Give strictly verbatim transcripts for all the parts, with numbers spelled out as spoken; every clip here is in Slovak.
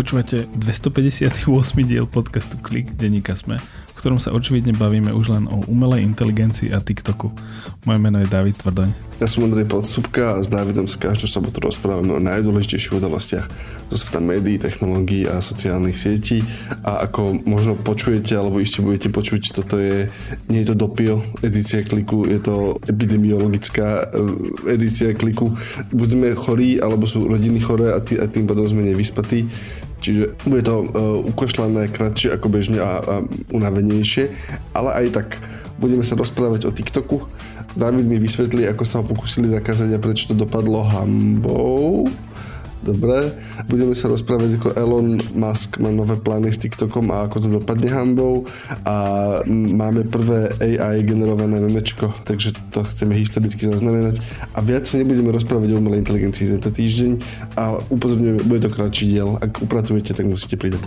Počúvate dvestopäťdesiaty ôsmy diel podcastu Klik denníka SME, v ktorom sa očividne bavíme už len o umelej inteligencii a TikToku. Moje meno je Dávid Tvrdoň. Ja som Ondrej Podsúbka a s Dávidom sa každú sobotu rozprávame o najdôležitejších udalostiach zo sveta médií, technológií a sociálnych sietí. A ako možno počujete, alebo ešte budete počuť, toto je, nie je to dopio edícia Kliku, je to epidemiologická edícia Kliku. Buď sme chorí, alebo sú rodiny choré a, tý, a tým pádom sme nevyspatí. Čiže bude to uh, ukašľané kratšie ako bežne a, a unavenejšie, ale aj tak budeme sa rozprávať o TikToku. Dávid mi vysvetlí, ako sa ho pokúsili zakázať a prečo to dopadlo hanbou. Dobre. Budeme sa rozprávať, ako Elon Musk má nové plány s TikTokom a ako to dopadne hanbou. A máme prvé á í generované memečko, takže to chceme historicky zaznamenať. A viac sa nebudeme rozprávať o umelej inteligencii tento týždeň a upozorňujeme, bude to kratší diel. Ak upratujete, tak musíte pridať.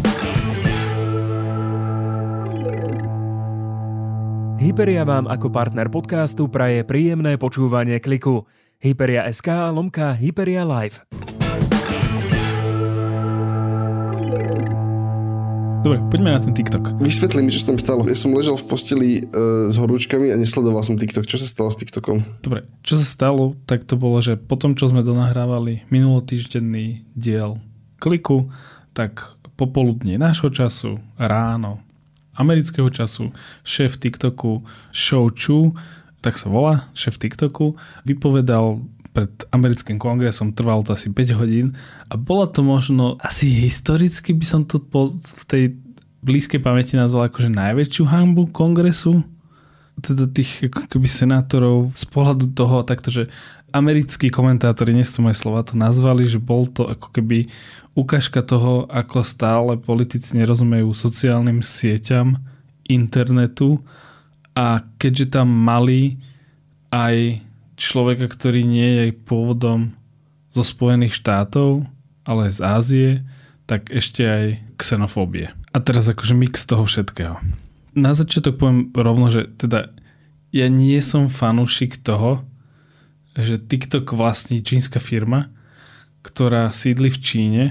Hyperia vám ako partner podcastu praje príjemné počúvanie Kliku. Hyperia bodka es ká lomka Hyperia Live. Dobre, poďme na ten TikTok. Vysvetli mi, čo sa tam stalo. Ja som ležal v posteli e, s horúčkami a nesledoval som TikTok. Čo sa stalo s TikTokom? Dobre, čo sa stalo, tak to bolo, že potom, čo sme donahrávali minulotýždenný diel Kliku, tak popoludne nášho času, ráno amerického času, šéf TikToku Shou Chew, tak sa volá, šéf TikToku, vypovedal pred americkým kongresom, trvalo to asi päť hodín a bola to možno, asi historicky by som to v tej blízkej pamäti nazval akože najväčšiu hanbu kongresu, teda tých ako keby senátorov z pohľadu toho takto, že americkí komentátori, nie sú to moje slova, to nazvali, že bol to ako keby ukážka toho, ako stále politici nerozumejú sociálnym sieťam internetu a keďže tam mali aj človeka, ktorý nie je pôvodom zo Spojených štátov, ale z Ázie, tak ešte aj xenofóbie. A teraz akože mix toho všetkého. Na začiatok poviem rovno, že teda ja nie som fanúšik toho, že TikTok vlastní čínska firma, ktorá sídli v Číne,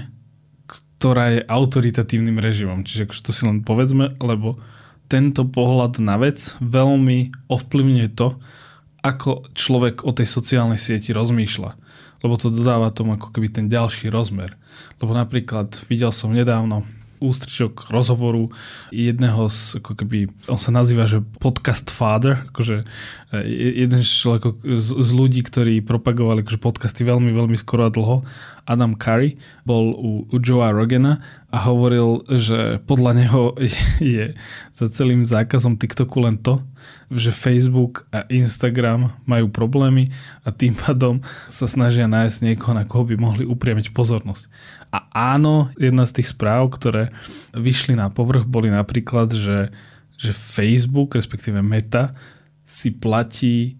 ktorá je autoritatívnym režimom. Čiže akože to si len povedzme, lebo tento pohľad na vec veľmi ovplyvňuje to, ako človek o tej sociálnej sieti rozmýšľa. Lebo to dodáva tomu ako keby ten ďalší rozmer. Lebo napríklad videl som nedávno ústričok rozhovoru jedného z, ako keby, on sa nazýva, že podcast father, akože jeden z, človek, z, z ľudí, ktorí propagovali akože podcasty veľmi, veľmi skoro a dlho, Adam Curry, bol u, u Joea Rogana a hovoril, že podľa neho je za celým zákazom TikToku len to, že Facebook a Instagram majú problémy a tým pádom sa snažia nájsť niekoho, na koho by mohli upriamiť pozornosť. A áno, jedna z tých správ, ktoré vyšli na povrch, boli napríklad, že, že Facebook, respektíve Meta, si platí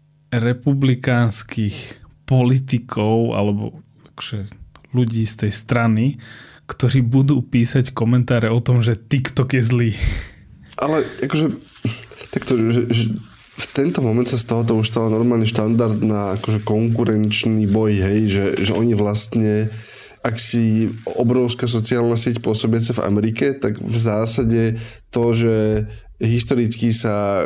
republikánskych politikov alebo akože ľudí z tej strany, ktorí budú písať komentáre o tom, že TikTok je zlý. Ale akože takto, že, že v tento moment sa z tohoto už stalo normálny štandard na akože konkurenčný boj, hej, že, že oni vlastne, ak si obrovská sociálna sieť pôsobiaca v Amerike, tak v zásade to, že historicky sa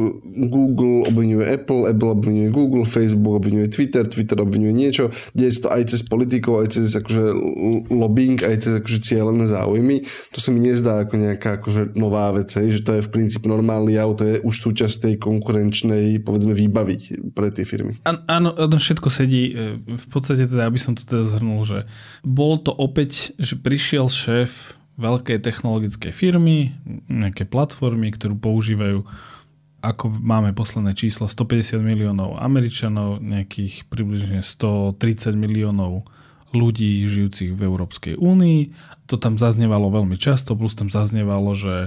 Google obviňuje Apple, Apple obviňuje Google, Facebook obviňuje Twitter, Twitter obviňuje niečo, deje sa to aj cez politikov, aj cez akože lobbying, aj cez akože cieľené záujmy. To sa mi nezdá ako nejaká akože nová vec, že to je v princípe normálny jav, to je už súčasť tej konkurenčnej, povedzme, výbavy pre tie firmy. Áno, áno, všetko sedí. V podstate teda, aby som to teda zhrnul, že bol to opäť, že prišiel šéf veľkej technologickej firmy, nejaké platformy, ktorú používajú, ako máme posledné čísla, stopäťdesiat miliónov Američanov, nejakých približne stotridsať miliónov ľudí žijúcich v Európskej únii. To tam zaznievalo veľmi často, plus tam zaznievalo, že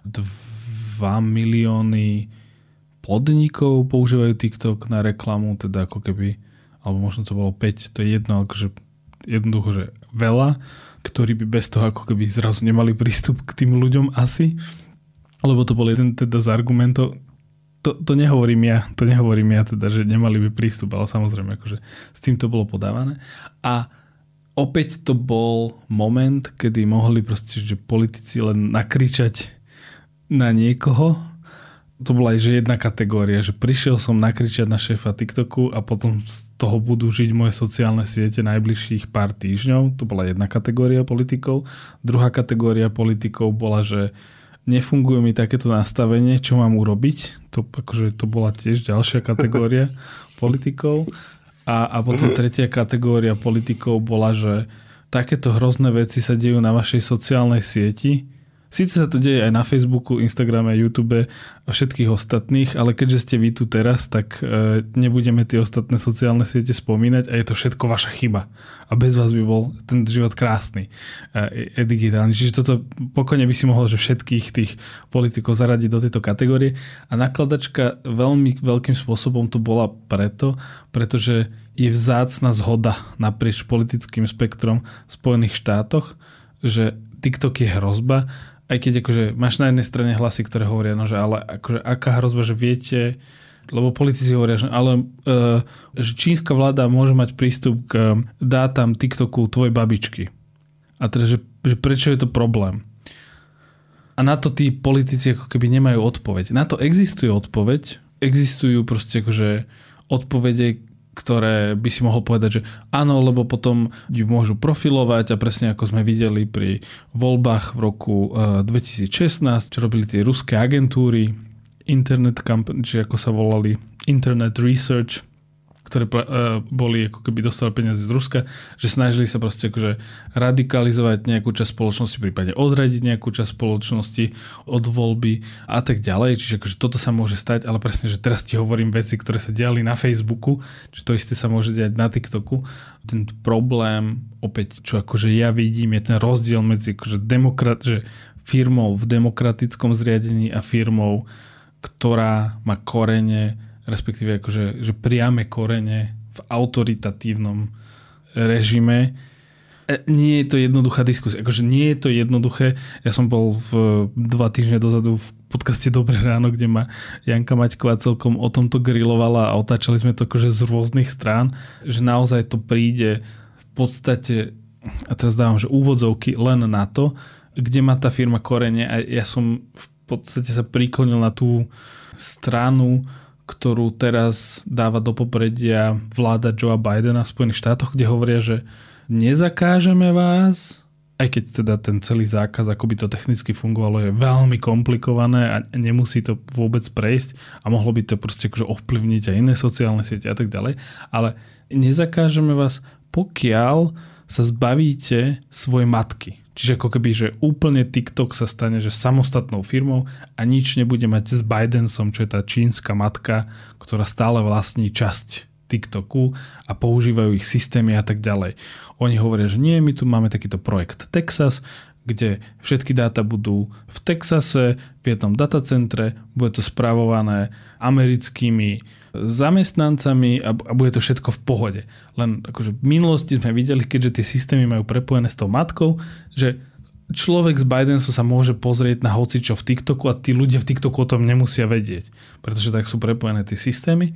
dva milióny podnikov používajú TikTok na reklamu, teda ako keby, alebo možno to bolo päť, to je jedno, akože jednoducho, že veľa, ktorí by bez toho ako keby zrazu nemali prístup k tým ľuďom asi, lebo to bol jeden teda z argumentov, to, to nehovorím ja, to nehovorím ja teda, že nemali by prístup, ale samozrejme akože s tým to bolo podávané. A opäť to bol moment, kedy mohli proste, že politici len nakričať na niekoho. To bola aj že jedna kategória, že prišiel som nakričať na šéfa TikToku a potom z toho budú žiť moje sociálne siete najbližších pár týždňov. To bola jedna kategória politikov. Druhá kategória politikov bola, že nefunguje mi takéto nastavenie, čo mám urobiť. To, akože, to bola tiež ďalšia kategória politikov. A, a potom tretia kategória politikov bola, že takéto hrozné veci sa dejú na vašej sociálnej sieti. Síce sa to deje aj na Facebooku, Instagrame, YouTube a všetkých ostatných, ale keďže ste vy tu teraz, tak e, nebudeme tie ostatné sociálne siete spomínať a je to všetko vaša chyba. A bez vás by bol ten život krásny e, e, digitálny. Čiže toto pokojne by si mohol, že všetkých tých politikov zaradiť do tejto kategórie. A nakladačka veľmi veľkým spôsobom to bola preto, pretože je vzácna zhoda naprieč politickým spektrom v Spojených štátoch, že TikTok je hrozba. Aj keď akože máš na jednej strane hlasy, ktoré hovoria, no že ale akože aká hrozba, že viete, lebo politici hovoria, že ale uh, že čínska vláda môže mať prístup k dátam TikToku tvojej babičky. A teda, že, že prečo je to problém? A na to tí politici ako keby nemajú odpoveď. Na to existuje odpoveď. Existujú proste akože odpovede, ktoré by si mohol povedať, že áno, lebo potom ju môžu profilovať a presne ako sme videli pri voľbách v roku dvetisícšestnásť, čo robili tie ruské agentúry, Internet Company, či ako sa volali, Internet Research, ktoré boli ako keby dostali peniaze z Ruska, že snažili sa proste akože radikalizovať nejakú časť spoločnosti, prípadne odradiť nejakú časť spoločnosti od voľby a tak ďalej. Čiže akože toto sa môže stať, ale presne, že teraz ti hovorím veci, ktoré sa diali na Facebooku, že to isté sa môže diať na TikToku. Ten problém, opäť, čo akože ja vidím, je ten rozdiel medzi akože demokrat, že firmou v demokratickom zriadení a firmou, ktorá má korene, respektíve akože, že priame korene v autoritatívnom režime. Nie je to jednoduchá diskusia. Akože nie je to jednoduché. Ja som bol v dva týždne dozadu v podcaste Dobré ráno, kde ma Janka Maťková celkom o tomto grilovala a otáčali sme to akože z rôznych strán, že naozaj to príde v podstate, a teraz dávam, že úvodzovky len na to, kde má tá firma korene a ja som v podstate sa priklonil na tú stranu, ktorú teraz dáva do popredia vláda Joea Bidena v Spojených štátoch, kde hovoria, že nezakážeme vás, aj keď teda ten celý zákaz, ako by to technicky fungovalo, je veľmi komplikované a nemusí to vôbec prejsť a mohlo by to proste akože ovplyvniť aj iné sociálne siete a tak ďalej, ale nezakážeme vás, pokiaľ sa zbavíte svojej matky. Čiže ako keby, že úplne TikTok sa stane, že samostatnou firmou a nič nebude mať s ByteDanceom, čo je tá čínska matka, ktorá stále vlastní časť TikToku a používajú ich systémy a tak ďalej. Oni hovoria, že nie, my tu máme takýto projekt Texas, kde všetky dáta budú v Texase, v jednom datacentre, bude to spravované americkými zamestnancami a bude to všetko v pohode. Len akože v minulosti sme videli, keďže tie systémy majú prepojené s tou matkou, že človek z ByteDanceu sa môže pozrieť na hocičo v TikToku a tí ľudia v TikToku o tom nemusia vedieť, pretože tak sú prepojené tie systémy.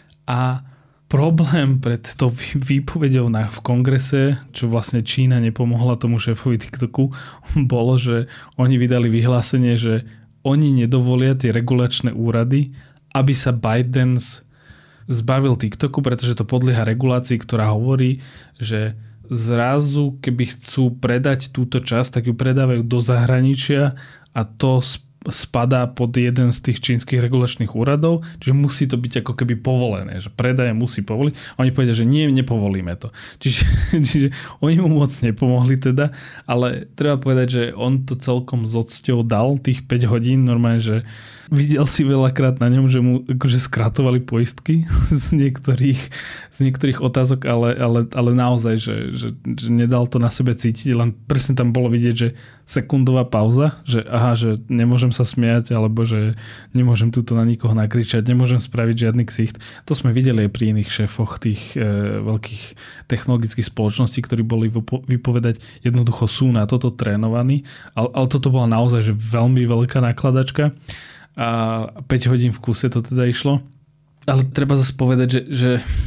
A problém pred tou výpovedou na, v kongrese, čo vlastne Čína nepomohla tomu šéfovi TikToku, bolo, že oni vydali vyhlásenie, že oni nedovolia tie regulačné úrady, aby sa ByteDance zbavil TikToku, pretože to podlieha regulácii, ktorá hovorí, že zrazu, keby chcú predať túto časť, tak ju predávajú do zahraničia a to spadá pod jeden z tých čínskych regulačných úradov, že musí to byť ako keby povolené, že predaje musí povoliť. A oni povedia, že nie, nepovolíme to. Čiže, čiže oni mu moc nepomohli teda, ale treba povedať, že on to celkom s odsťou dal, tých päť hodín, normálne, že videl si veľakrát na ňom, že mu akože skratovali poistky z niektorých, z niektorých otázok, ale, ale, ale naozaj, že, že, že nedal to na sebe cítiť, len presne tam bolo vidieť, že sekundová pauza, že aha, že nemôžem sa smiať, alebo že nemôžem túto na nikoho nakričať, nemôžem spraviť žiadny ksicht. To sme videli aj pri iných šéfoch tých e, veľkých technologických spoločností, ktorí boli vypovedať, jednoducho sú na toto trénovaní, ale, ale toto bola naozaj že veľmi veľká nakladačka. A päť hodín v kuse to teda išlo. Ale treba zase povedať, že, že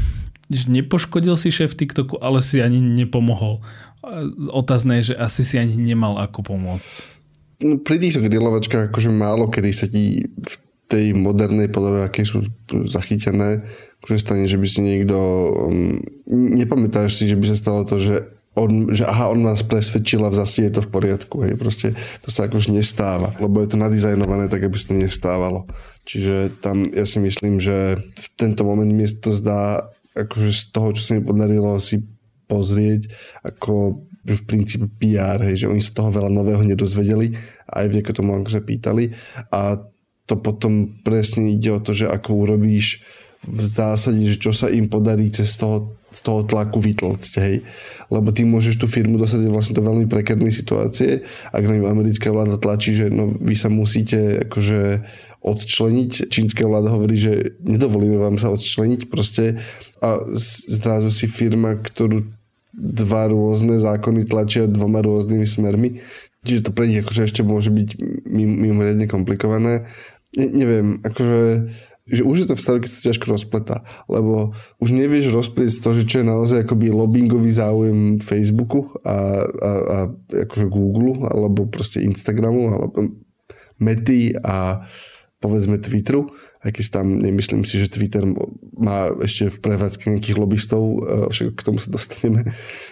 nepoškodil si šéf TikToku, ale si ani nepomohol. Otázne je, že asi si ani nemal ako pomôcť. No, pri týchto grilovačkách akože málo kedy sa ti v tej modernej podobe, aké sú zachytené, akože stane, že by si niekto um, nepamätáš si, že by sa stalo to, že On, že aha, on nás presvedčil a vzasi je to v poriadku. Hej. Proste to sa akož nestáva, lebo je to nadizajnované tak, aby sa to nestávalo. Čiže tam ja si myslím, že v tento moment mi to zdá akože z toho, čo sa mi podarilo si pozrieť, ako že v princípe pé er, hej, že oni sa toho veľa nového nedozvedeli aj vďaka tomu, ako sa pýtali. A to potom presne ide o to, že ako urobíš v zásade, že čo sa im podarí cez toho, z toho tlaku vytlcť, hej. Lebo ty môžeš tú firmu dostať vlastne do veľmi prekérnej situácie, ak na ňu americká vláda tlačí, že no, vy sa musíte akože odčleniť. Čínska vláda hovorí, že nedovolíme vám sa odčleniť proste a zrazu si firma, ktorú dva rôzne zákony tlačia dvoma rôznymi smermi, čiže to pre nich akože ešte môže byť mimoriadne komplikované. Ne, neviem, akože že už je to v stave, keď sa ťažko rozpletá, lebo už nevieš rozplieť to, že čo je naozaj akoby lobbyingový záujem Facebooku a, a, a akože Google, alebo proste Instagramu, alebo Mety a povedzme Twitteru, aj keď tam nemyslím si, že Twitter má ešte v prevádzke nejakých lobbystov, však k tomu sa dostaneme.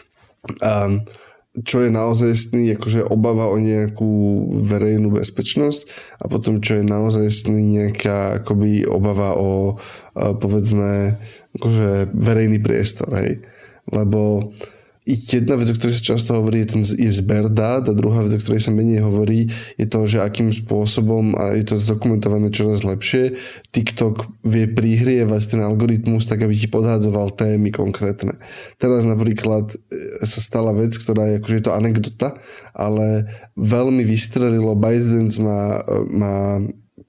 A čo je naozajstný, akože obava o nejakú verejnú bezpečnosť a potom čo je naozajstný nejaká akoby obava o povedzme akože verejný priestor, hej. Lebo jedna vec, o ktorej sa často hovorí, je, ten, je zber dát a druhá vec, o ktorej sa menej hovorí, je to, že akým spôsobom, a je to zdokumentované čoraz lepšie, TikTok vie prihrievať ten algoritmus tak, aby ti podhádzoval témy konkrétne. Teraz napríklad sa stala vec, ktorá je, akože je to anekdota, ale veľmi vystrelilo. ByteDance má, má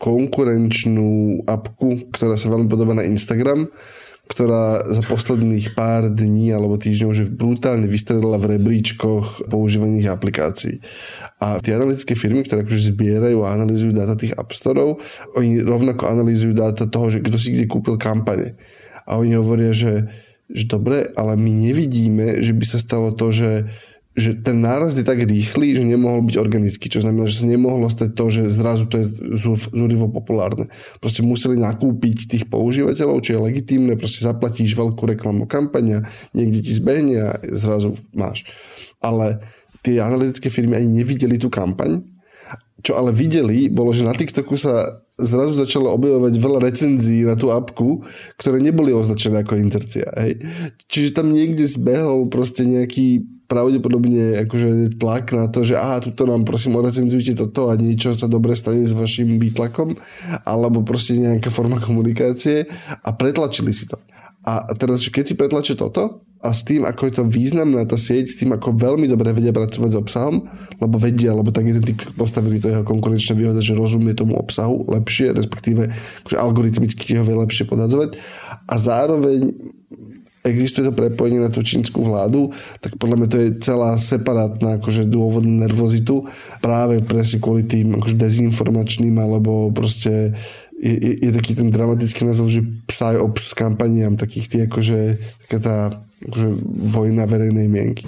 konkurenčnú apku, ktorá sa veľmi podobá na Instagram, ktorá za posledných pár dní alebo týždňov že brutálne vystrelila v rebríčkoch používaných aplikácií. A tie analytické firmy, ktoré akože zbierajú a analyzujú dáta tých App Storeov, oni rovnako analyzujú dáta toho, že kto si kde kúpil kampane. A oni hovoria, že, že dobre, ale my nevidíme, že by sa stalo to, že že ten nárast je tak rýchly, že nemohol byť organický, čo znamená, že sa nemohlo stať to, že zrazu to je zúrivo populárne. Proste museli nakúpiť tých používateľov, čo je legitímne, proste zaplatíš veľkú reklamnú kampaň, niekde ti zbehne a zrazu máš. Ale tie analytické firmy ani nevideli tú kampaň, čo ale videli, bolo, že na TikToku sa zrazu začalo objavovať veľa recenzií na tú apku, ktoré neboli označené ako inzercia. Hej. Čiže tam niekde zbehol proste nejaký pravdepodobne akože tlak na to, že aha, tuto nám prosím orecenzujte toto a niečo sa dobre stane s vašim výtlakom, alebo proste nejaká forma komunikácie a pretlačili si to. A teraz, keď si pretlačia toto a s tým, ako je to významná tá sieť, s tým, ako veľmi dobre vedia pracovať s obsahom, lebo vedia, lebo tak je ten TikTok postavený, to jeho konkurenčná výhoda, že rozumie tomu obsahu lepšie, respektíve akože algoritmicky ho vie lepšie podadzovať a zároveň existuje to prepojenie na tú čínsku vládu, tak podľa mňa to je celá separátna akože dôvod na nervozitu práve presne kvôli tým akože dezinformačným alebo proste je, je, je taký ten dramatický názov, že psyops kampaniám takých tých akože taká tá akože vojna verejnej mienky.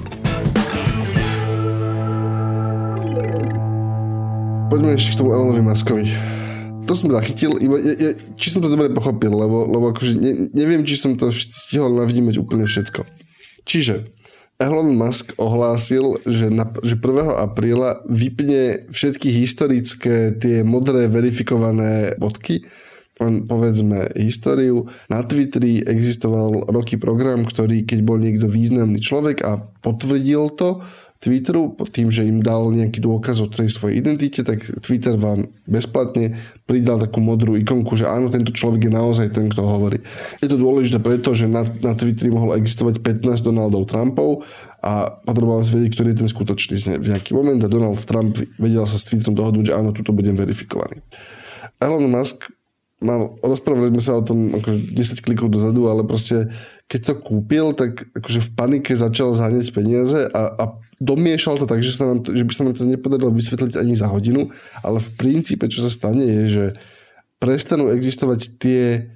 Poďme ešte k tomu Elonovi Muskovi. To som zachytil, iba, ja, ja, či som to dobre pochopil, lebo, lebo akože ne, neviem, či som to stihol navnímať úplne všetko. Čiže Elon Musk ohlásil, že, na, že prvého apríla vypne všetky historické tie modré verifikované bodky, povedzme históriu. Na Twitteri existoval roky program, ktorý keď bol niekto významný človek a potvrdil to Twitteru, tým, že im dal nejaký dôkaz o tej svojej identite, tak Twitter vám bezplatne pridal takú modrú ikonku, že áno, tento človek je naozaj ten, kto hovorí. Je to dôležité preto, že na, na Twitteri mohlo existovať pätnásť Donaldov Trumpov a potreboval si vedieť, ktorý je ten skutočný v nejaký moment a Donald Trump vedel sa s Twitterom dohodnúť, že áno, tuto budem verifikovaný. Elon Musk mal, rozprávali sme sa o tom akože desať klikov dozadu, ale proste keď to kúpil, tak akože v panike začal zháňať peniaze a, a domiešal to tak, že, sa nám to, že by sa nám to nepodarilo vysvetliť ani za hodinu, ale v princípe, čo sa stane, je, že prestanú existovať tie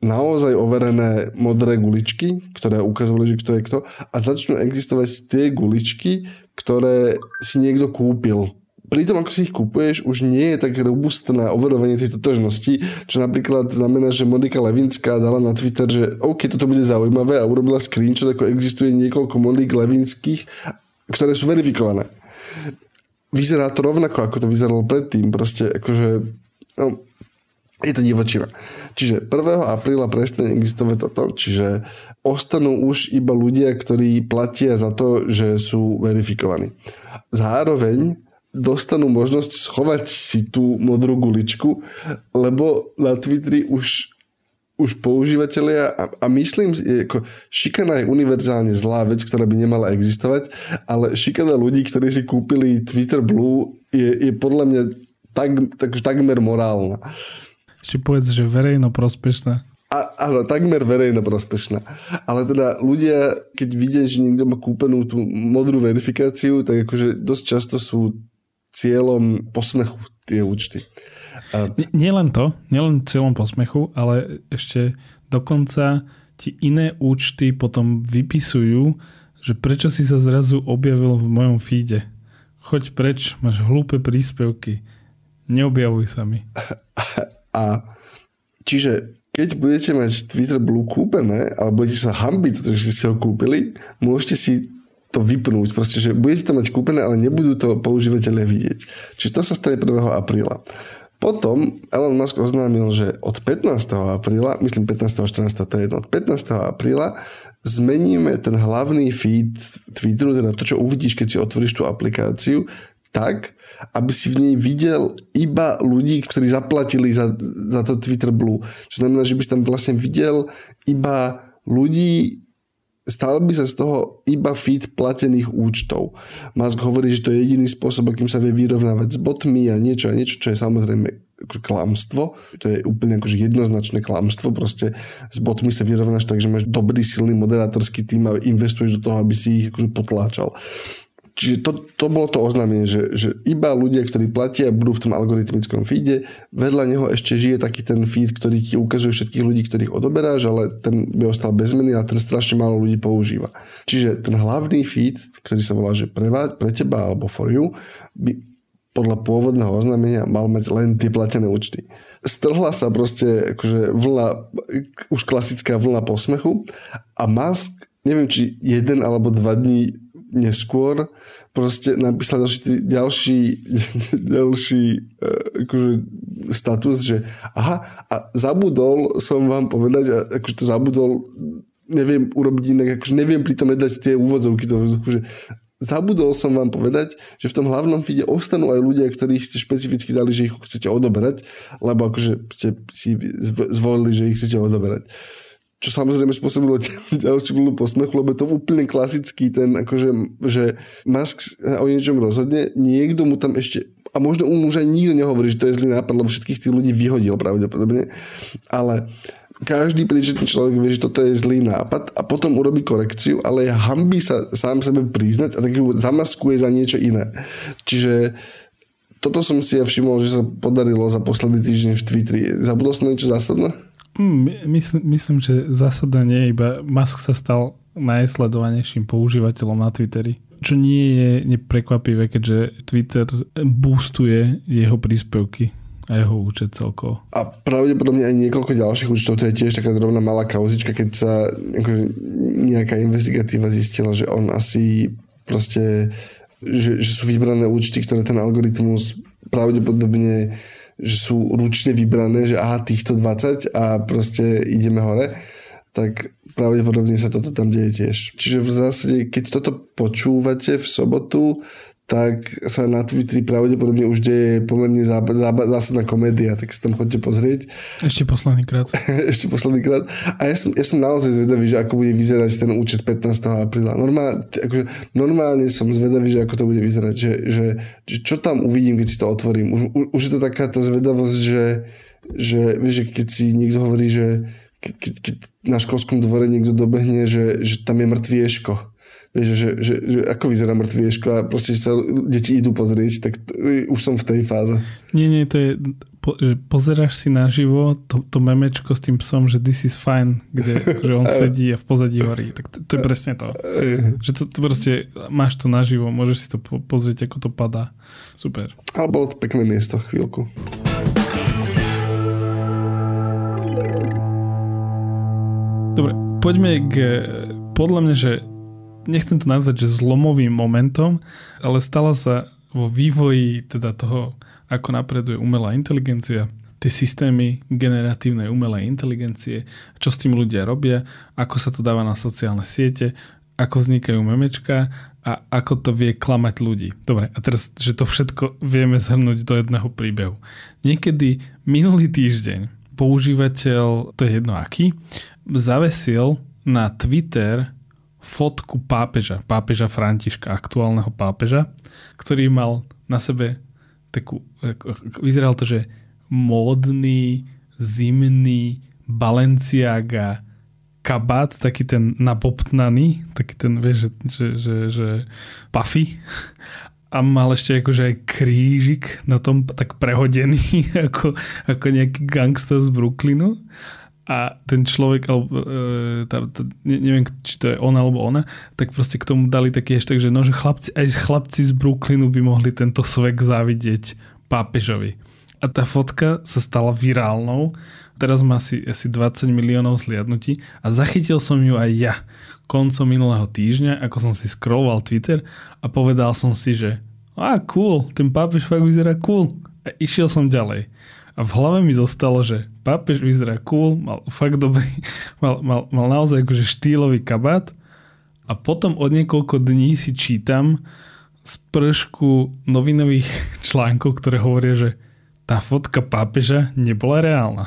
naozaj overené modré guličky, ktoré ukazovali, že kto je kto, a začnú existovať tie guličky, ktoré si niekto kúpil. Pri tom, ako si ich kúpuješ, už nie je tak robustné overovanie tej totožnosti, čo napríklad znamená, že Monika Levinská dala na Twitter, že OK, toto bude zaujímavé, a urobila screenshot, ako existuje niekoľko Monik Levinských, ktoré sú verifikované. Vyzerá to rovnako, ako to vyzeralo predtým. Proste akože... No, je to divočina. Čiže prvého apríla prestane existovať toto, čiže ostanú už iba ľudia, ktorí platia za to, že sú verifikovaní. Zároveň dostanú možnosť schovať si tú modrú guličku, lebo na Twitteri už, už používateľia, a, a myslím, ako šikana je univerzálne zlá vec, ktorá by nemala existovať, ale šikana ľudí, ktorí si kúpili Twitter Blue, je, je podľa mňa tak, tak, takmer morálna. Či povedz, že verejno prospešná. A, áno, takmer verejno prospešná. Ale teda ľudia, keď vidia, že niekto má kúpenú tú modrú verifikáciu, tak akože dosť často sú cieľom posmechu tie účty. A... Nielen to, nielen cieľom posmechu, ale ešte dokonca ti iné účty potom vypisujú, že prečo si sa zrazu objavil v mojom feede. Choď preč, máš hlúpe príspevky. Neobjavuj sa mi. A čiže keď budete mať Twitter Blue kúpené, alebo budete sa hambiť, pretože ste si ho kúpili, môžete si to vypnúť. Proste, že budete to mať kúpené, ale nebudú to používateľe vidieť. Čiže to sa stane prvého apríla. Potom Elon Musk oznámil, že od pätnásteho apríla, myslím pätnásteho štrnásteho to je jedno, od pätnásteho apríla zmeníme ten hlavný feed Twitteru, teda to, čo uvidíš, keď si otvoríš tú aplikáciu, tak, aby si v nej videl iba ľudí, ktorí zaplatili za, za to Twitter Blue. Čo znamená, že by si tam vlastne videl iba ľudí, stal by sa z toho iba feed platených účtov. Musk hovorí, že to je jediný spôsob, akým sa vie vyrovnávať s botmi a niečo a niečo, čo je samozrejme akože klamstvo. To je úplne akože jednoznačné klamstvo. Proste s botmi sa vyrovnáš tak, že máš dobrý, silný moderátorský tým a investuješ do toho, aby si ich akože potláčal. Čiže to, to bolo to oznámenie, že, že iba ľudia, ktorí platia, budú v tom algoritmickom feede. Vedľa neho ešte žije taký ten feed, ktorý ti ukazuje všetkých ľudí, ktorých odoberáš, ale ten by ostal bez zmeny a ten strašne málo ľudí používa. Čiže ten hlavný feed, ktorý sa volá, že pre, pre teba alebo for you, by podľa pôvodného oznámenia mal mať len tie platené účty. Strhla sa proste akože vlna, už klasická vlna posmechu a Musk, neviem, či jeden alebo dva dní neskôr proste napísal ďalší, ďalší, ďalší akože status, že aha, a zabudol som vám povedať, a akože to zabudol, neviem urobiť inak, akože neviem pritom dať tie úvodzovky do vzduchu, že zabudol som vám povedať, že v tom hlavnom feede ostanú aj ľudia, ktorých ste špecificky dali, že ich chcete odoberať, lebo akože ste si zvolili, že ich chcete odoberať. Čo samozrejme spôsobilo ďalšiu vlnu posmechu, lebo to úplne klasický ten, akože, že Musk o niečom rozhodne, niekto mu tam ešte, a možno mu už aj nikto nehovorí, že to je zlý nápad, lebo všetkých tých ľudí vyhodil pravdepodobne, ale každý príčetný človek vie, že toto je zlý nápad a potom urobí korekciu, ale hanbí sa sám sebe priznať a tak ju zamaskuje za niečo iné. Čiže toto som si ja všimol, že sa podarilo za posledný týždeň v Twitteri. Zabudol som niečo zásadné? Mm, myslím, myslím, že zásada nie, iba Musk sa stal najsledovanejším používateľom na Twitteri. Čo nie je neprekvapivé, keďže Twitter boostuje jeho príspevky a jeho účet celkovo. A pravdepodobne aj niekoľko ďalších účtov, to je tiež taká drobná malá kauzička, keď sa akože, nejaká investigatíva zistila, že on asi proste, že, že sú vybrané účty, ktoré ten algoritmus pravdepodobne že sú ručne vybrané, že aha, týchto dvadsať a proste ideme hore, tak pravdepodobne sa toto tam deje tiež. Čiže v zásade, keď toto počúvate v sobotu, tak sa na Twitteri pravdepodobne už deje pomerne zá, zá, zásadná komédia, tak sa tam chodte pozrieť. Ešte posledný krát. Ešte posledný krát. A ja som, ja som naozaj zvedavý, že ako bude vyzerať ten účet pätnásteho apríla. Normálne, akože, normálne som zvedavý, že ako to bude vyzerať. Že, že, že čo tam uvidím, keď si to otvorím. Už, už je to taká tá zvedavosť, že, že vieš, keď si niekto hovorí, že keď, keď na školskom dvore niekto dobehne, že, že tam je mŕtvieško. Vieš, že, že, že ako vyzerá mŕtvieško a proste sa deti idú pozrieť, tak to, už som v tej fáze. Nie, nie, to je po, že pozeráš si naživo to, to memečko s tým psom, že this is fine, kde že on sedí a v pozadí horí. Tak to, to je presne to. Že to, to proste máš to naživo, môžeš si to po, pozrieť, ako to padá. Super. Ale bolo to pekné miesto chvíľku. Dobre, poďme k, podľa mňa, že nechcem to nazvať, že zlomovým momentom, ale stala sa vo vývoji teda toho, ako napreduje umelá inteligencia, tie systémy generatívnej umelej inteligencie, čo s tým ľudia robia, ako sa to dáva na sociálne siete, ako vznikajú memečka a ako to vie klamať ľudí. Dobre, a teraz, že to všetko vieme zhrnúť do jedného príbehu. Niekedy minulý týždeň používateľ, to je jedno aký, zavesil na Twitter fotku pápeža, pápeža Františka, aktuálneho pápeža, ktorý mal na sebe takú, vyzeral to, že módny, zimný Balenciaga kabát, taký ten nabobtnaný, taký ten, vieš, že, že, že, že puffy. A mal ešte akože aj krížik na tom tak prehodený, ako, ako nejaký gangsta z Brooklynu. A ten človek, alebo, e, tá, tá, neviem, či to je on alebo ona, tak proste k tomu dali taký hashtag, že no, že chlapci, aj chlapci z Brooklynu by mohli tento svek závidieť pápežovi. A tá fotka sa stala virálnou. Teraz má asi, asi dvadsať miliónov zliadnutí a zachytil som ju aj ja koncom minulého týždňa, ako som si scrolloval Twitter a povedal som si, že á, cool, ten pápež fakt vyzerá cool. A išiel som ďalej. A v hlave mi zostalo, že pápež vyzerá cool, mal fakt dobrý, mal, mal, mal naozaj akože štýlový kabát a potom od niekoľko dní si čítam spršku novinových článkov, ktoré hovoria, že tá fotka pápeža nebola reálna.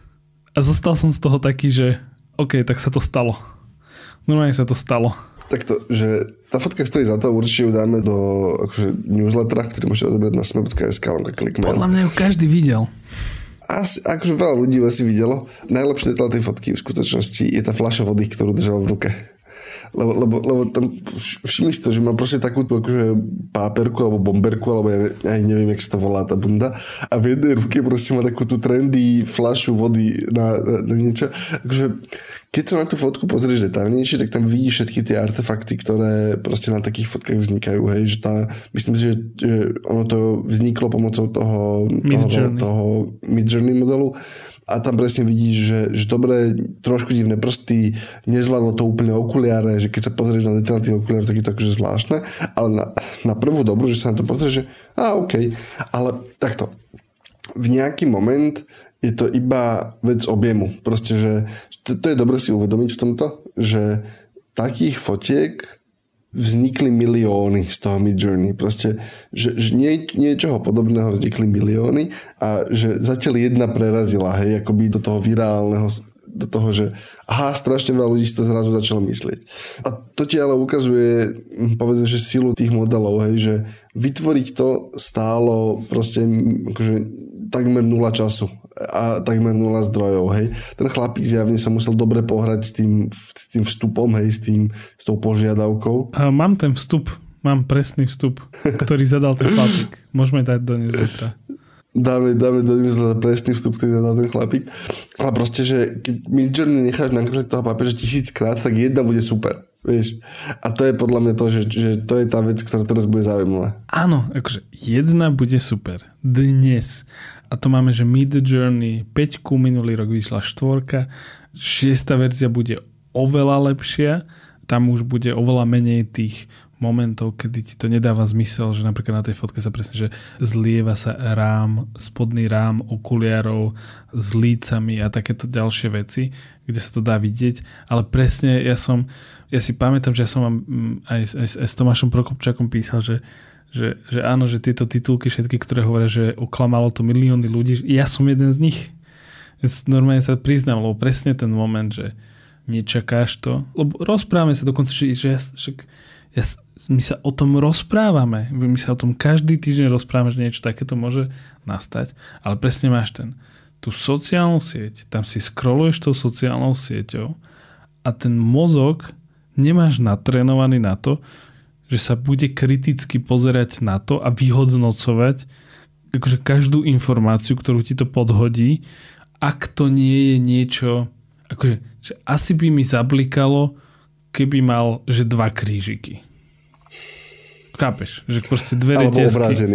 A zostal som z toho taký, že OK, tak sa to stalo. Normálne sa to stalo. Takto, že tá fotka stojí za to, určite ju dáme do akože newslettera, ktorý môžete odobrať na sme bodka es ká. Podľa mňa ju každý videl. Asi, akože veľa ľudí ju asi videlo. Najlepšie detail tej fotky v skutočnosti je tá fľaša vody, ktorú držal v ruke. Lebo, lebo, lebo tam všimli si to, že má proste takú akože páperku alebo bomberku, alebo ja, ja neviem, jak sa to volá tá bunda. A v jednej ruke proste má takú tú trendy fľašu vody na, na, na niečo. Akože, keď sa na tú fotku pozrieš detaľnejšie, tak tam vidíš všetky tie artefakty, ktoré proste na takých fotkách vznikajú. Hej, že tá, myslím si, že, že ono to vzniklo pomocou toho Midjourney toho, toho Midjourney modelu. A tam presne vidíš, že, že dobre, trošku divné prsty, nezvládlo to úplne okuliare, že keď sa pozrieš na detaily tých okuliare, tak je to akože zvláštne, ale na, na prvú dobru, že sa na to pozrieš, že á, OK, ale takto. V nejaký moment je to iba vec objemu. Proste, že to, to je dobre si uvedomiť v tomto, že takých fotiek vznikli milióny z toho Midjourney. Proste, že, že nie, niečoho podobného vznikli milióny a že zatiaľ jedna prerazila, hej, akoby do toho virálneho, do toho, že aha, strašne veľa ľudí si to zrazu začalo myslieť. A to ti ale ukazuje, povedzme, že silu tých modelov, hej, že vytvoriť to stálo proste akože takmer nula času a takmer nula zdrojov, hej. Ten chlapík zjavne sa musel dobre pohrať s tým, s tým vstupom, hej, s tým, s tou požiadavkou. A mám ten vstup, mám presný vstup, ktorý zadal ten chlapík. Môžeme dať do newslettera. Dáme, dáme do newslettera presný vstup, ktorý zadal ten chlapík. Ale proste, že keď Midjourney necháš nakresliť toho pápeža tisíckrát, tak jedna bude super. Vieš? A to je podľa mňa to, že, že to je tá vec, ktorá teraz bude zaujímavá. Áno, akože jedna bude super. Dnes. A to máme, že Midjourney päťku, minulý rok vyšla štvorka, šiesta verzia bude oveľa lepšia, tam už bude oveľa menej tých momentov, kedy ti to nedáva zmysel, že napríklad na tej fotke sa presne, že zlieva sa rám, spodný rám okuliarov s lícami a takéto ďalšie veci, kde sa to dá vidieť, ale presne ja som, ja si pamätám, že ja som vám aj, aj, aj s Tomášom Prokopčákom písal, že Že, že áno, že tieto titulky všetky, ktoré hovoria, že oklamalo to milióny ľudí, ja som jeden z nich. Ja normálne sa priznám, lebo presne ten moment, že nečakáš to, lebo rozprávame sa dokonca, že, že, ja, že ja, my sa o tom rozprávame, my sa o tom každý týždeň rozprávame, že niečo takéto môže nastať, ale presne máš ten, tú sociálnu sieť, tam si scrolluješ tou sociálnou sieťou a ten mozog nemáš natrénovaný na to, že sa bude kriticky pozerať na to a vyhodnocovať akože každú informáciu, ktorú ti to podhodí, ak to nie je niečo, akože že asi by mi zablikalo, keby mal, že dva krížiky. Chápeš? Že proste dve reťazky. Alebo obrátený.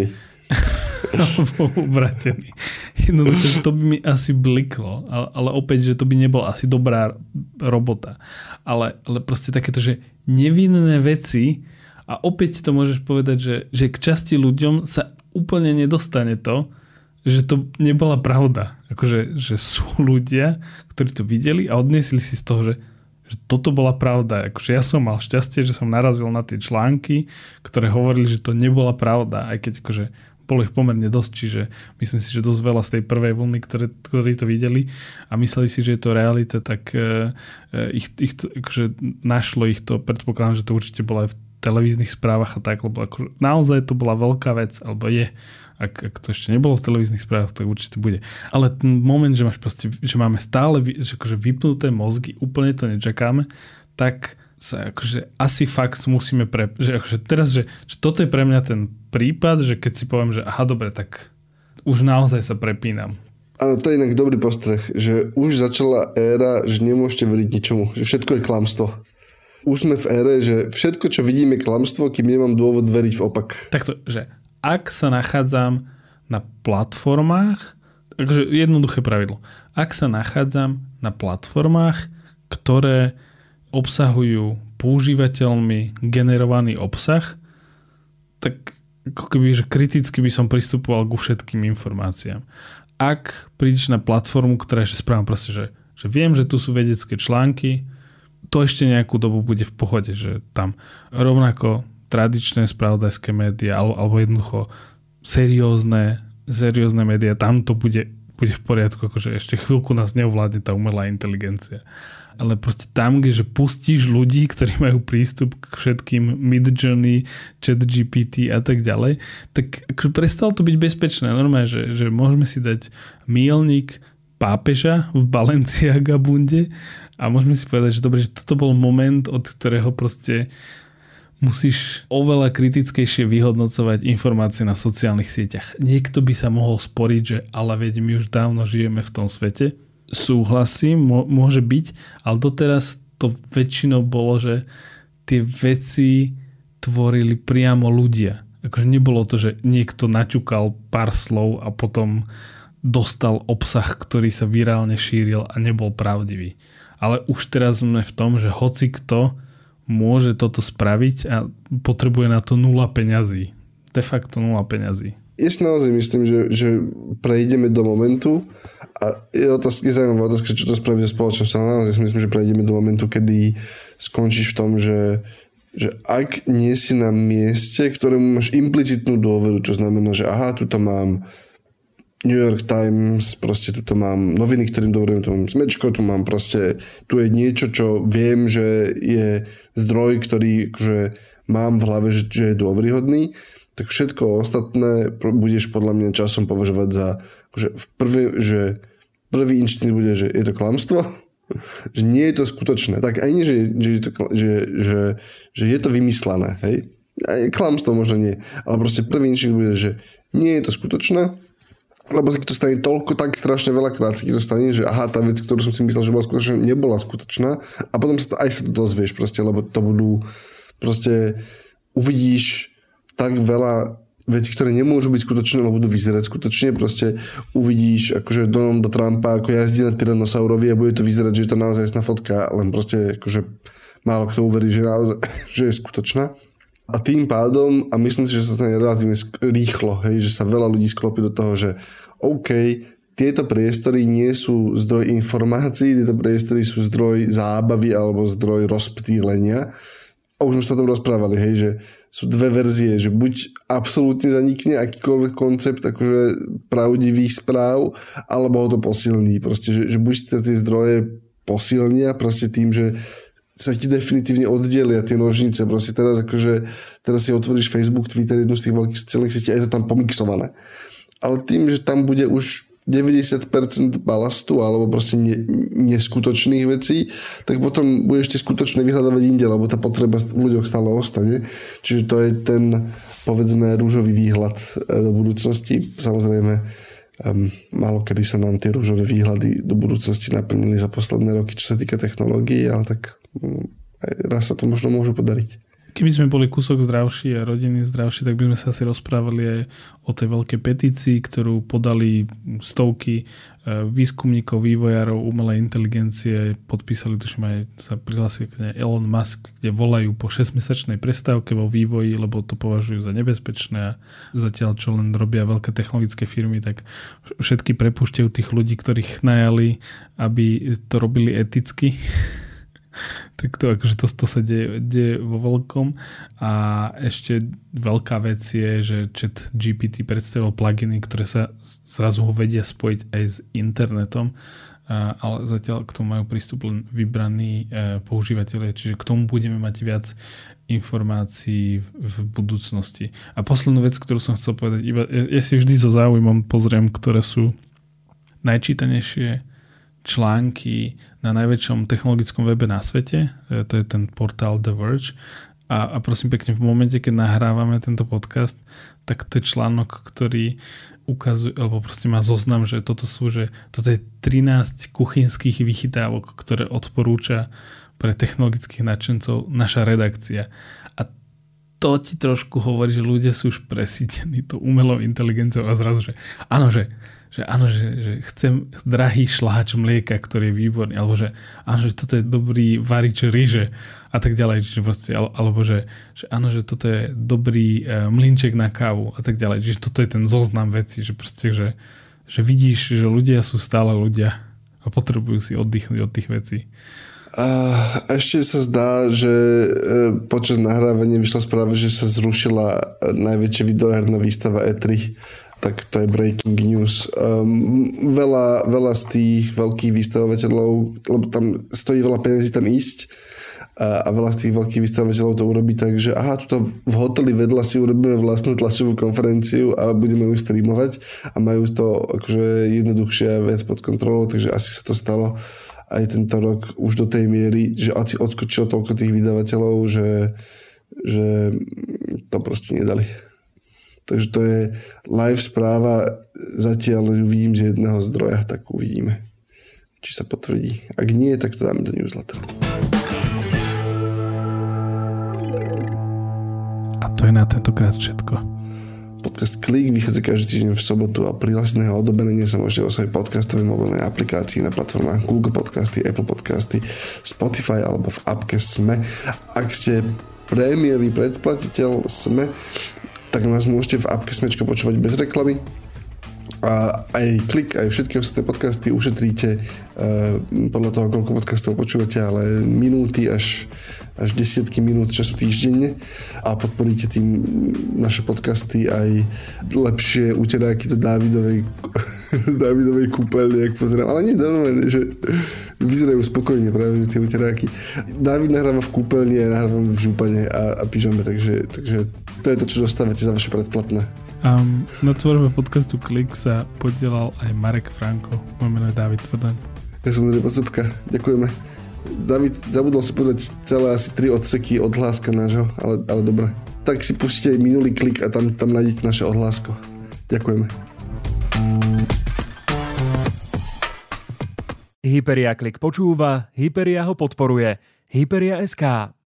Alebo obrátený. Jednoducho, to by mi asi bliklo. Ale, ale opäť, že to by nebola asi dobrá robota. Ale, ale proste takéto, že nevinné veci a opäť to môžeš povedať, že, že k časti ľuďom sa úplne nedostane to, že to nebola pravda. Akože, že sú ľudia, ktorí to videli a odniesli si z toho, že, že toto bola pravda. Akože ja som mal šťastie, že som narazil na tie články, ktoré hovorili, že to nebola pravda. Aj keď akože bolo ich pomerne dosť, čiže myslím si, že dosť veľa z tej prvej vlny, ktoré, ktorí to videli a mysleli si, že je to realita, tak uh, ich, ich to, akože našlo ich to, predpokladám, že to určite bolo aj v televíznych správach a tak, lebo ako, naozaj to bola veľká vec, alebo je. Ak, ak to ešte nebolo v televíznych správach, tak určite bude. Ale ten moment, že máš proste, že máme stále že akože vypnuté mozgy, úplne to nečakáme, tak sa akože asi fakt musíme pre... Že akože teraz, že, že toto je pre mňa ten prípad, že keď si poviem, že aha, dobre, tak už naozaj sa prepínam. Áno, to je inak dobrý postreh, že už začala éra, že nemôžete veriť ničomu, že všetko je klamstvo. Už sme v ére, že všetko, čo vidíme, je klamstvo, kým nemám dôvod veriť v opak. Takto, že ak sa nachádzam na platformách, akože jednoduché pravidlo, ak sa nachádzam na platformách, ktoré obsahujú používateľmi generovaný obsah, tak ako keby, že kriticky by som pristupoval ku všetkým informáciám. Ak prídeš na platformu, ktorá ešte správam proste, že, že viem, že tu sú vedecké články, to ešte nejakú dobu bude v pohode, že tam rovnako tradičné spravodajské médiá alebo, alebo jednoducho seriózne, seriózne médiá, tam to bude, bude v poriadku, akože ešte chvíľku nás neovládne tá umelá inteligencia. Ale proste tam, kde že pustíš ľudí, ktorí majú prístup k všetkým Midjourney, ChatGPT a tak ďalej, tak akože prestalo to byť bezpečné. Normálne, že, že môžeme si dať míľnik pápeža v Balenciaga bunde a môžeme si povedať, že dobre, že toto bol moment, od ktorého proste musíš oveľa kritickejšie vyhodnocovať informácie na sociálnych sieťach. Niekto by sa mohol sporiť, že ale veď my už dávno žijeme v tom svete. Súhlasím, môže byť, ale doteraz to väčšinou bolo, že tie veci tvorili priamo ľudia. Akože nebolo to, že niekto naťukal pár slov a potom dostal obsah, ktorý sa virálne šíril a nebol pravdivý. Ale už teraz sme v tom, že hoci kto môže toto spraviť a potrebuje na to nula peňazí. De facto nula peňazí. Ja si naozaj myslím, že, že prejdeme do momentu a je, otázka, je zaujímavá otázka, čo to spraví so spoločnosťou. Naozaj si myslím, že prejdeme do momentu, kedy skončíš v tom, že, že ak nie si na mieste, ktorému máš implicitnú dôveru, čo znamená, že aha, tuto mám New York Times, proste tuto mám noviny, ktorým dovolím, tu mám smečko, tu mám proste, tu je niečo, čo viem, že je zdroj, ktorý že mám v hlave, že, že je dôveryhodný, tak všetko ostatné budeš podľa mňa časom považovať za, že, v prvý, že prvý inštinkt bude, že je to klamstvo, že nie je to skutočné. Tak aj nie, že, že, je, to, že, že, že je to vymyslené, hej? Aj klamstvo možno nie, ale proste prvý inštinkt bude, že nie je to skutočné, lebo sa ti to stane toľko, tak strašne veľakrát sa ti to stane, že aha, tá vec, ktorú som si myslel, že bola skutočná, nebola skutočná a potom sa to, aj sa to dozvieš proste, lebo to budú proste uvidíš tak veľa vecí, ktoré nemôžu byť skutočné, lebo budú vyzerať skutočne, proste uvidíš akože Donalda Trumpa, ako jazdí na Tyrannosaurovi a bude to vyzerať, že je to naozaj jasná fotka, len proste akože málo kto uverí, že, naozaj, že je skutočná. A tým pádom, a myslím si, že sa to stane relatívne rýchlo, hej, že sa veľa ľudí sklopí do toho, že OK, tieto priestory nie sú zdroj informácií, tieto priestory sú zdroj zábavy alebo zdroj rozptýlenia. A už sme sa o tom rozprávali, hej, že sú dve verzie, že buď absolútne zanikne akýkoľvek koncept akože pravdivých správ, alebo ho to posilní. Proste, že, že buď sa tie zdroje posilnia proste tým, že sa ti definitívne oddelia tie nožnice. Proste teraz akože, teraz si otvoríš Facebook, Twitter, jednu z tých veľkých sociálnych sietí a je to tam pomixované. Ale tým, že tam bude už deväťdesiat percent balastu alebo proste ne, neskutočných vecí, tak potom budeš tie skutočné vyhľadávať inde, lebo tá potreba v ľuďoch stále ostane. Čiže to je ten, povedzme, rúžový výhľad do budúcnosti. Samozrejme, um, málo kedy sa nám tie rúžové výhľady do budúcnosti naplnili za posledné roky, čo sa týka technológií, ale tak um, aj raz sa to možno môže podariť. Keby sme boli kúsok zdravší a rodiny zdravší, tak by sme sa asi rozprávali aj o tej veľkej petícii, ktorú podali stovky výskumníkov, vývojárov umelej inteligencie. Podpísali, tuším aj sa prihlásil k Elon Musk, kde volajú po šesťmesačnej prestávke vo vývoji, lebo to považujú za nebezpečné a zatiaľ, čo len robia veľké technologické firmy, tak všetky prepúšťajú tých ľudí, ktorých najali, aby to robili eticky. Tak to, akože to, to sa deje, deje vo veľkom. A ešte veľká vec je, že Chat G P T predstavil pluginy, ktoré sa zrazu ho vedia spojiť aj s internetom, a, ale zatiaľ k tomu majú prístup len vybraní e, používateľe, čiže k tomu budeme mať viac informácií v, v budúcnosti. A poslednú vec, ktorú som chcel povedať, iba, ja, ja si vždy so záujmom pozriem, ktoré sú najčítanejšie články na najväčšom technologickom webe na svete. To je ten portál The Verge. A, a prosím pekne, v momente, keď nahrávame tento podcast, tak to je článok, ktorý ukazuje, alebo proste má zoznam, že toto sú, že toto je trinásť kuchynských vychytávok, ktoré odporúča pre technologických nadšencov naša redakcia. A to ti trošku hovorí, že ľudia sú už presítení tou umelou inteligenciou a zrazu, že áno, že že áno, že, že chcem drahý šláč mlieka, ktorý je výborný, alebo že áno, že toto je dobrý varič ryže a tak ďalej, čiže proste, alebo že, že áno, že toto je dobrý uh, mlynček na kávu a tak ďalej, čiže toto je ten zoznam vecí, že proste, že, že vidíš, že ľudia sú stále ľudia a potrebujú si oddychnúť od tých vecí. A ešte sa zdá, že počas nahrávania vyšla správa, že sa zrušila najväčšia videoherná výstava E tri. Tak to je breaking news. Um, veľa, veľa z tých veľkých vystavovateľov, lebo tam stojí veľa peniazí tam ísť a, a veľa z tých veľkých vystavovateľov to urobí tak, že aha, tuto v hoteli vedľa si urobíme vlastnú tlačovú konferenciu a budeme ju streamovať a majú to akože jednoduchšie a viac pod kontrolou, takže asi sa to stalo aj tento rok už do tej miery, že asi odskočilo toľko tých vydavateľov, že, že to proste nedali. Takže to je live správa, zatiaľ ju vidím z jedného zdroja, tak uvidíme, či sa potvrdí. Ak nie, tak to dáme do newslettera. A to je na tentokrát všetko. Podcast Klik vychádza každý týždeň v sobotu a prihláseného odoberenia sa môžete vo svojej podcastovej mobilnej aplikácii na platformách Google Podcasty, Apple Podcasty, Spotify alebo v appke Sme. Ak ste prémiový predplatiteľ Sme, tak nás môžete v appke Smečko počúvať bez reklamy a aj Klik, aj všetky ostatné podcasty ušetríte uh, podľa toho, koľko podcastov počúvate, ale minúty až, až desiatky minút času týždenne a podporíte tým naše podcasty aj lepšie uteráky do Dávidovej Dávidovej kúpeľne, ak pozerám, ale nie normálne, že vyzerajú spokojne práve, že tie uteráky. Dávid nahráva v kúpeľni a ja nahrávam v žúpane a, a pyžame, takže, takže to je to, čo dostávate za vaše predplatné. Um, na tvorbe podcastu Klik sa podielal aj Marek Franko. Môj meno je Dávid Tvrdaň. Ja som Ondrej Podsúbka. Ďakujeme. David zabudol si povedať celé asi tri odseky odhláska nášho, ale, ale dobre. Tak si pustite aj minulý Klik a tam, tam nájdete naše odhlásko. Ďakujeme. Hyperia Klik počúva, Hyperia ho podporuje. Hyperia bodka es ká